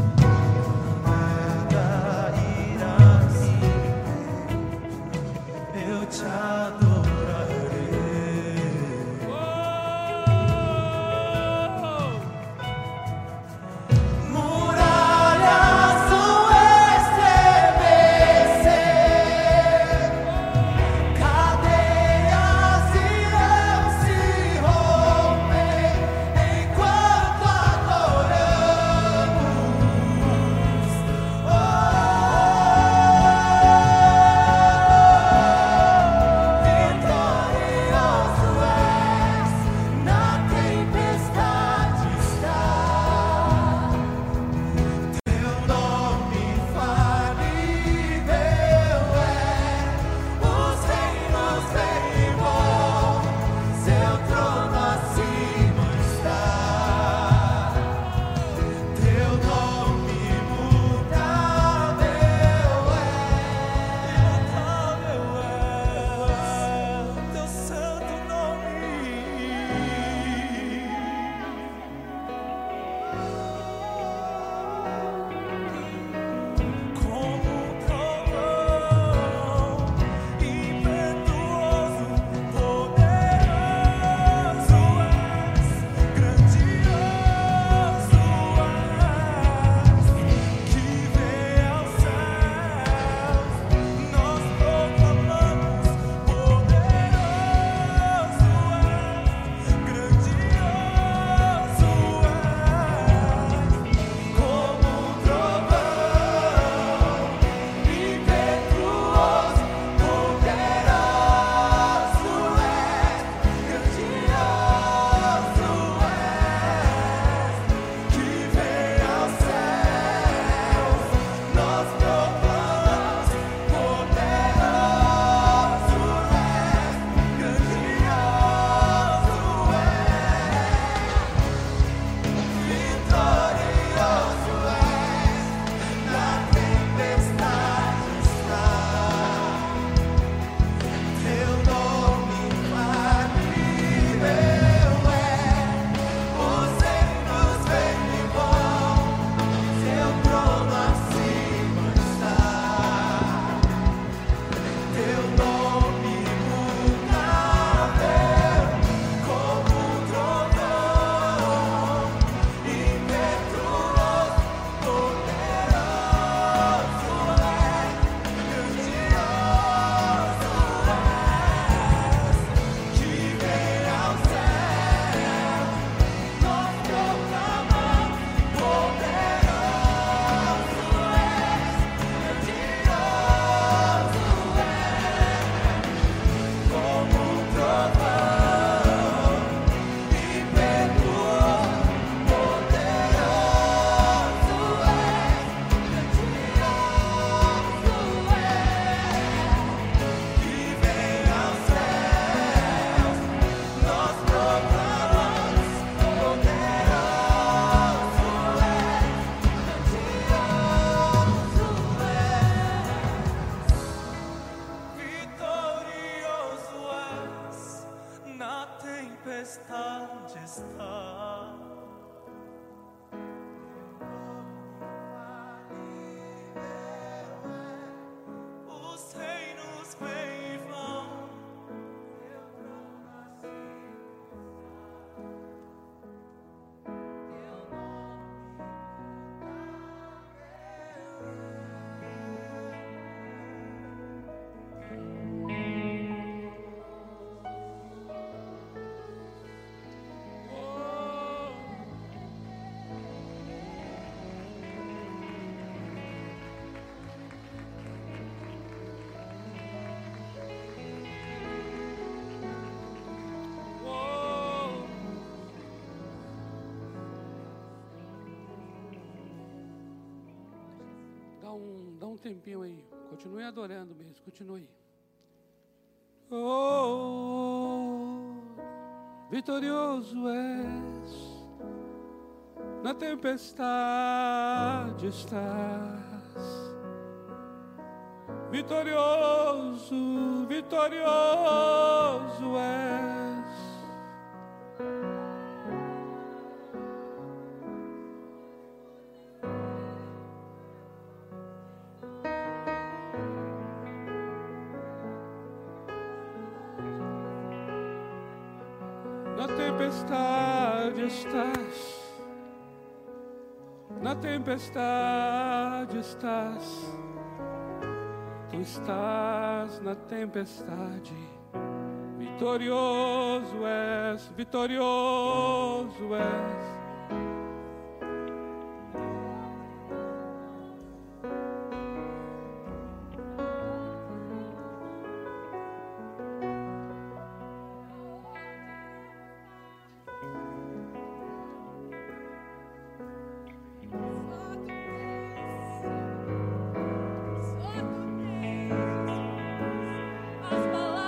na tempestade está. Os reinos vêm e vão. Dá um tempinho aí. Continue adorando mesmo. Continue. Oh, vitorioso és. Na tempestade estás. Vitorioso, vitorioso és. Na tempestade estás, na tempestade estás, tu estás na tempestade, vitorioso és, vitorioso és.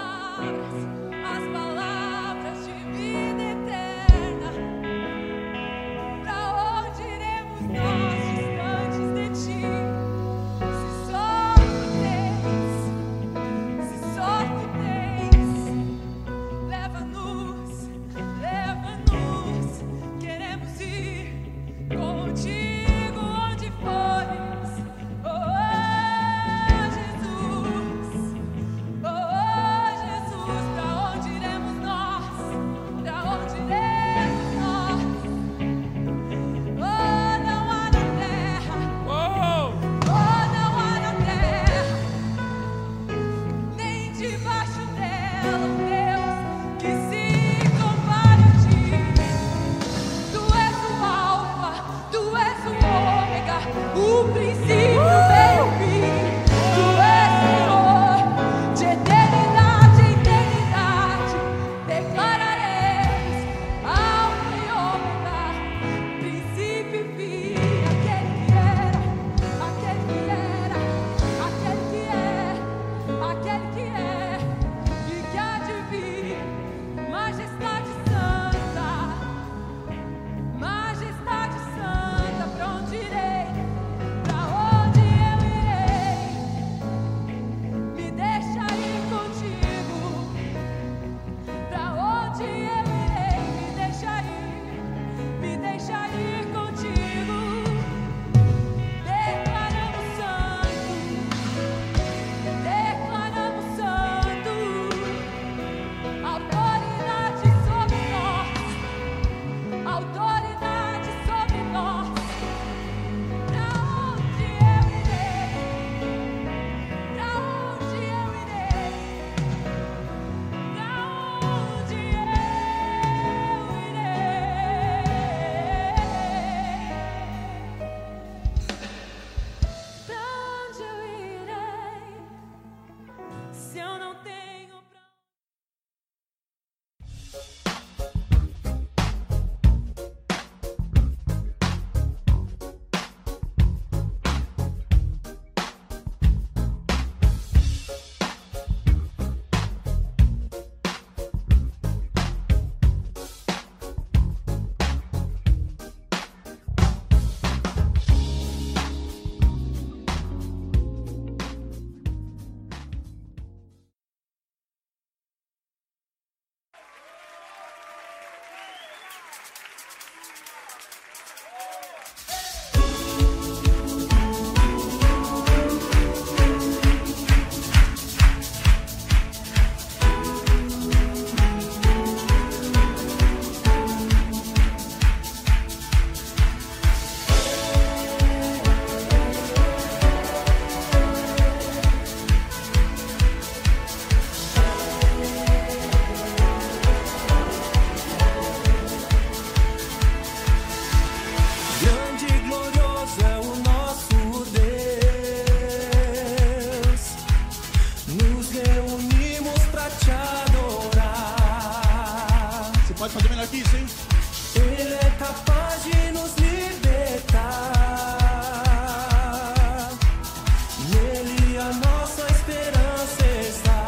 As palavras de vida eterna. fazer melhor que isso, hein? Ele é capaz de nos libertar. Nele a nossa esperança está.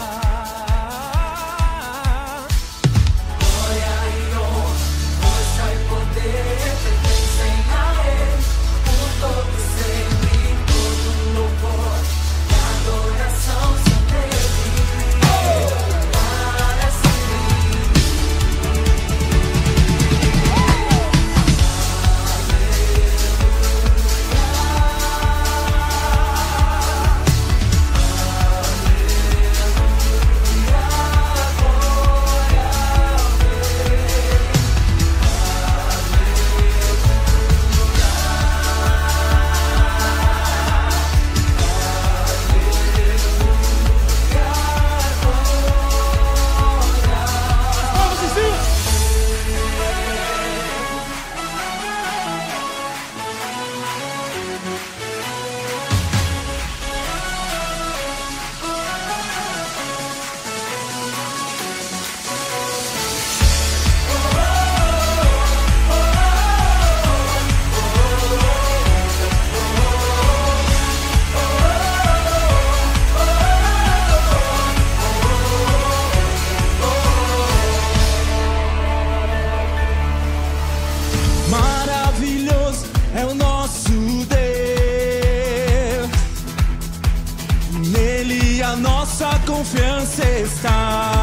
Glória e honra, força e poder pertencem a Ele, por todo sempre, todo louvor e adoração são dele. Para maravilhoso é o nosso Deus, nele a nossa confiança está.